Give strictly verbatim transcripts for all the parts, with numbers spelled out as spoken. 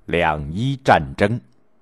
两伊战争。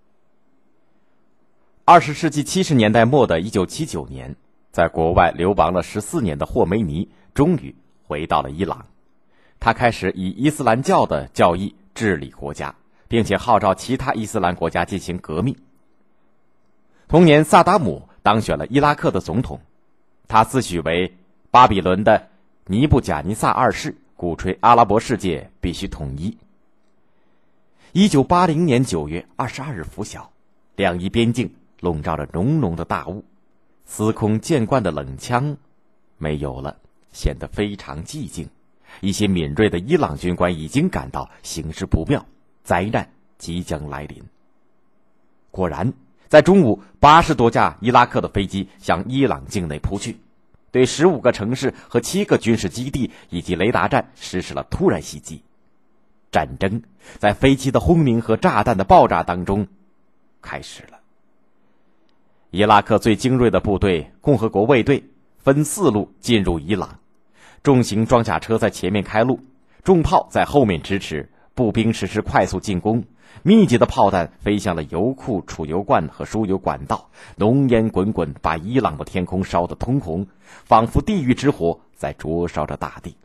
二十世纪七十年代末的一九七九年，在国外流亡了十四年的霍梅尼终于回到了伊朗。他开始以伊斯兰教的教义治理国家，并且号召其他伊斯兰国家进行革命。同年，萨达姆当选了伊拉克的总统，他自诩为巴比伦的尼布贾尼撒二世，鼓吹阿拉伯世界必须统一。一九八零年九月二十二日拂晓，两伊边境笼罩着浓浓的大雾，司空见惯的冷枪没有了，显得非常寂静。一些敏锐的伊朗军官已经感到形势不妙，灾难即将来临。果然，在中午，八十多架伊拉克的飞机向伊朗境内扑去，对十五个城市和七个军事基地以及雷达站实施了突然袭击。战争在飞机的轰鸣和炸弹的爆炸当中开始了。伊拉克最精锐的部队共和国卫队分四路进入伊朗，重型装甲车在前面开路，重炮在后面支持，步兵实施快速进攻，密集的炮弹飞向了油库、储油罐和输油管道，浓烟滚滚，把伊朗的天空烧得通红，仿佛地狱之火在灼烧着大地。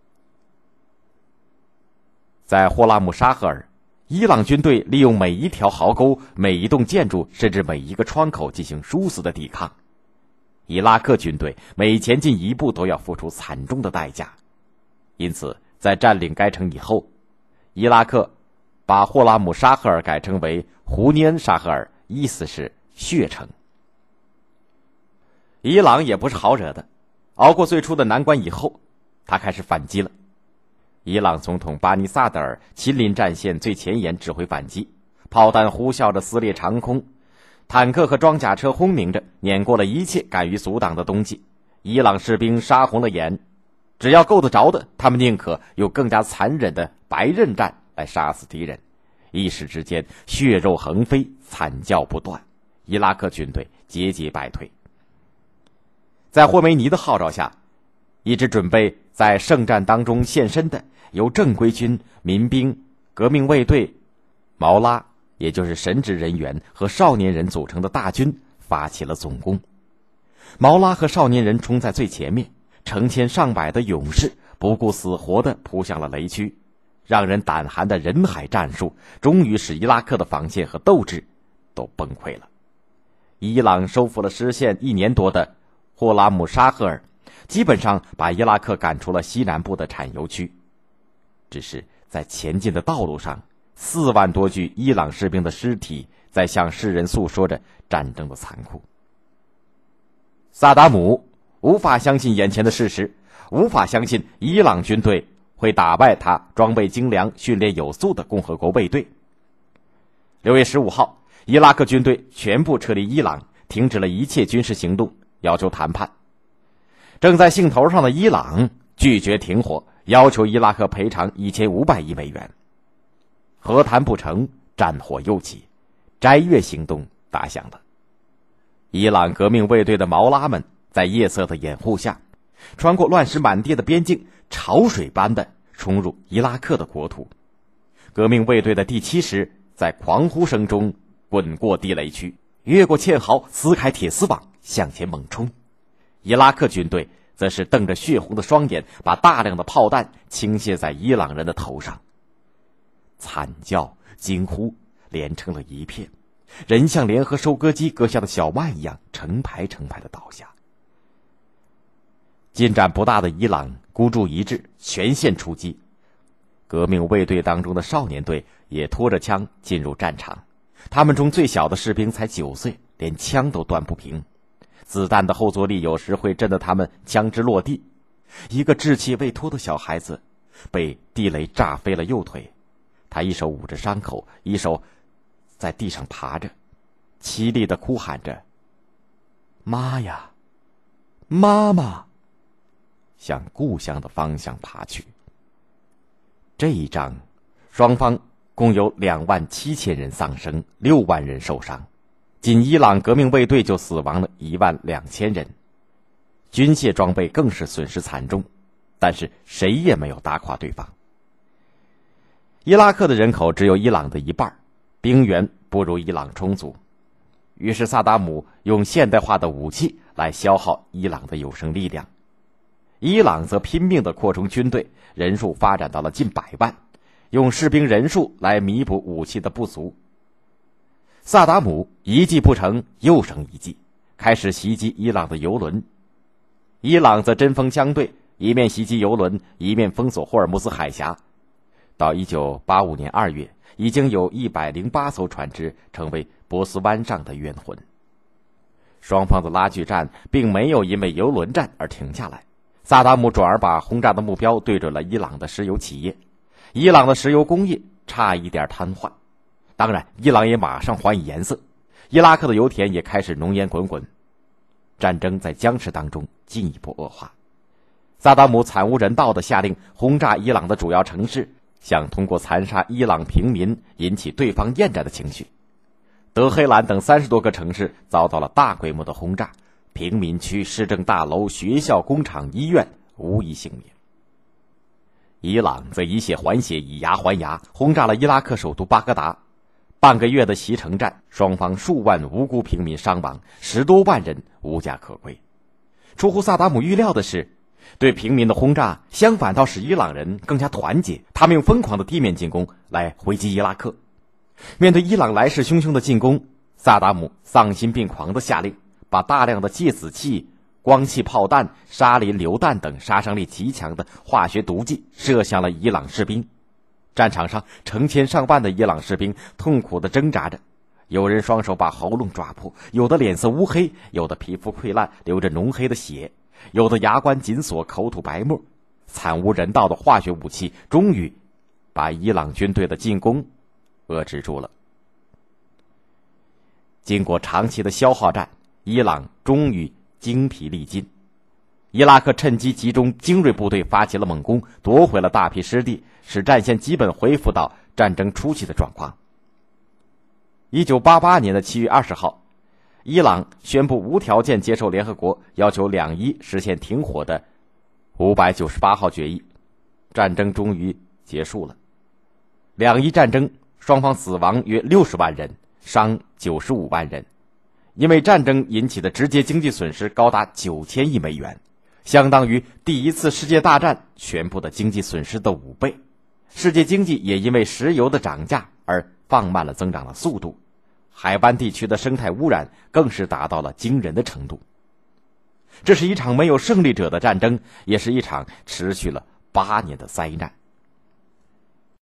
在霍拉姆沙赫尔，伊朗军队利用每一条壕沟、每一栋建筑，甚至每一个窗口进行殊死的抵抗。伊拉克军队每前进一步都要付出惨重的代价，因此在占领该城以后，伊拉克把霍拉姆沙赫尔改称为胡尼恩沙赫尔，意思是血城。伊朗也不是好惹的，熬过最初的难关以后，他开始反击了。伊朗总统巴尼萨德尔亲临战线最前沿指挥反击，炮弹呼啸着撕裂长空，坦克和装甲车轰鸣着，碾过了一切敢于阻挡的东西。伊朗士兵杀红了眼，只要够得着的，他们宁可用更加残忍的白刃战来杀死敌人。一时之间，血肉横飞，惨叫不断，伊拉克军队节节败退。在霍梅尼的号召下，一直准备在圣战当中献身的由正规军、民兵、革命卫队、毛拉，也就是神职人员和少年人组成的大军发起了总攻。毛拉和少年人冲在最前面，成千上百的勇士不顾死活地扑向了雷区，让人胆寒的人海战术终于使伊拉克的防线和斗志都崩溃了。伊朗收复了失陷一年多的霍拉姆沙赫尔，基本上把伊拉克赶出了西南部的产油区。只是在前进的道路上，四万多具伊朗士兵的尸体在向世人诉说着战争的残酷。萨达姆无法相信眼前的事实，无法相信伊朗军队会打败他装备精良、训练有素的共和国卫队。六月十五号，伊拉克军队全部撤离伊朗，停止了一切军事行动，要求谈判。正在兴头上的伊朗拒绝停火，要求伊拉克赔偿一千五百亿美元。和谈不成，战火又起，斋月行动打响了。伊朗革命卫队的毛拉们在夜色的掩护下，穿过乱石满地的边境，潮水般的冲入伊拉克的国土。革命卫队的第七师在狂呼声中滚过地雷区，越过堑壕，撕开铁丝网，向前猛冲。伊拉克军队则是瞪着血红的双眼，把大量的炮弹倾泻在伊朗人的头上。惨叫、惊呼连成了一片，人像联合收割机割下的小麦一样，成排成排的倒下。进展不大的伊朗孤注一掷，全线出击。革命卫队当中的少年队也拖着枪进入战场，他们中最小的士兵才九岁，连枪都端不平，子弹的后坐力有时会震得他们枪支落地。一个稚气未脱的小孩子被地雷炸飞了右腿，他一手捂着伤口，一手在地上爬着，凄厉地哭喊着：“妈呀，妈妈！”向故乡的方向爬去。这一仗，双方共有两万七千人丧生，六万人受伤，仅伊朗革命卫队就死亡了一万两千人，军械装备更是损失惨重，但是谁也没有打垮对方。 伊拉克的人口只有伊朗的一半，兵源不如伊朗充足。于是萨达姆用现代化的武器来消耗伊朗的有生力量，伊朗则拼命地扩充军队，人数发展到了近百万，用士兵人数来弥补武器的不足。萨达姆一计不成又生一计，开始袭击伊朗的油轮，伊朗则针锋相对，一面袭击油轮，一面封锁霍尔木兹海峡。到一九八五年二月，已经有一百零八艘船只成为波斯湾上的冤魂。双方的拉锯战并没有因为油轮战而停下来，萨达姆转而把轰炸的目标对准了伊朗的石油企业，伊朗的石油工业差一点瘫痪。当然，伊朗也马上还以颜色，伊拉克的油田也开始浓烟滚滚。战争在僵持当中进一步恶化，萨达姆惨无人道地下令轰炸伊朗的主要城市，想通过残杀伊朗平民引起对方厌战的情绪。德黑兰等三十多个城市遭到了大规模的轰炸，平民区、市政大楼、学校、工厂、医院无一幸免。伊朗则以血还血，以牙还牙，轰炸了伊拉克首都巴格达。半个月的袭城战，双方数万无辜平民伤亡，十多万人无家可归。出乎萨达姆预料的是，对平民的轰炸相反倒使伊朗人更加团结，他们用疯狂的地面进攻来回击伊拉克。面对伊朗来势汹汹的进攻，萨达姆丧心病狂地下令把大量的芥子气、光气炮弹、沙林榴弹等杀伤力极强的化学毒剂射向了伊朗士兵。战场上成千上万的伊朗士兵痛苦地挣扎着，有人双手把喉咙抓破，有的脸色乌黑，有的皮肤溃烂，流着浓黑的血，有的牙关紧锁，口吐白沫。惨无人道的化学武器终于把伊朗军队的进攻遏制住了。经过长期的消耗战，伊朗终于精疲力尽。伊拉克趁机集中精锐部队发起了猛攻，夺回了大批失地，使战线基本恢复到战争初期的状况。一九八八年的七月二十号，伊朗宣布无条件接受联合国要求两伊实现停火的五百九十八号决议，战争终于结束了。两伊战争双方死亡约六十万人，伤九十五万人，因为战争引起的直接经济损失高达九千亿美元，相当于第一次世界大战全部的经济损失的五倍。世界经济也因为石油的涨价而放慢了增长的速度，海湾地区的生态污染更是达到了惊人的程度。这是一场没有胜利者的战争，也是一场持续了八年的灾难。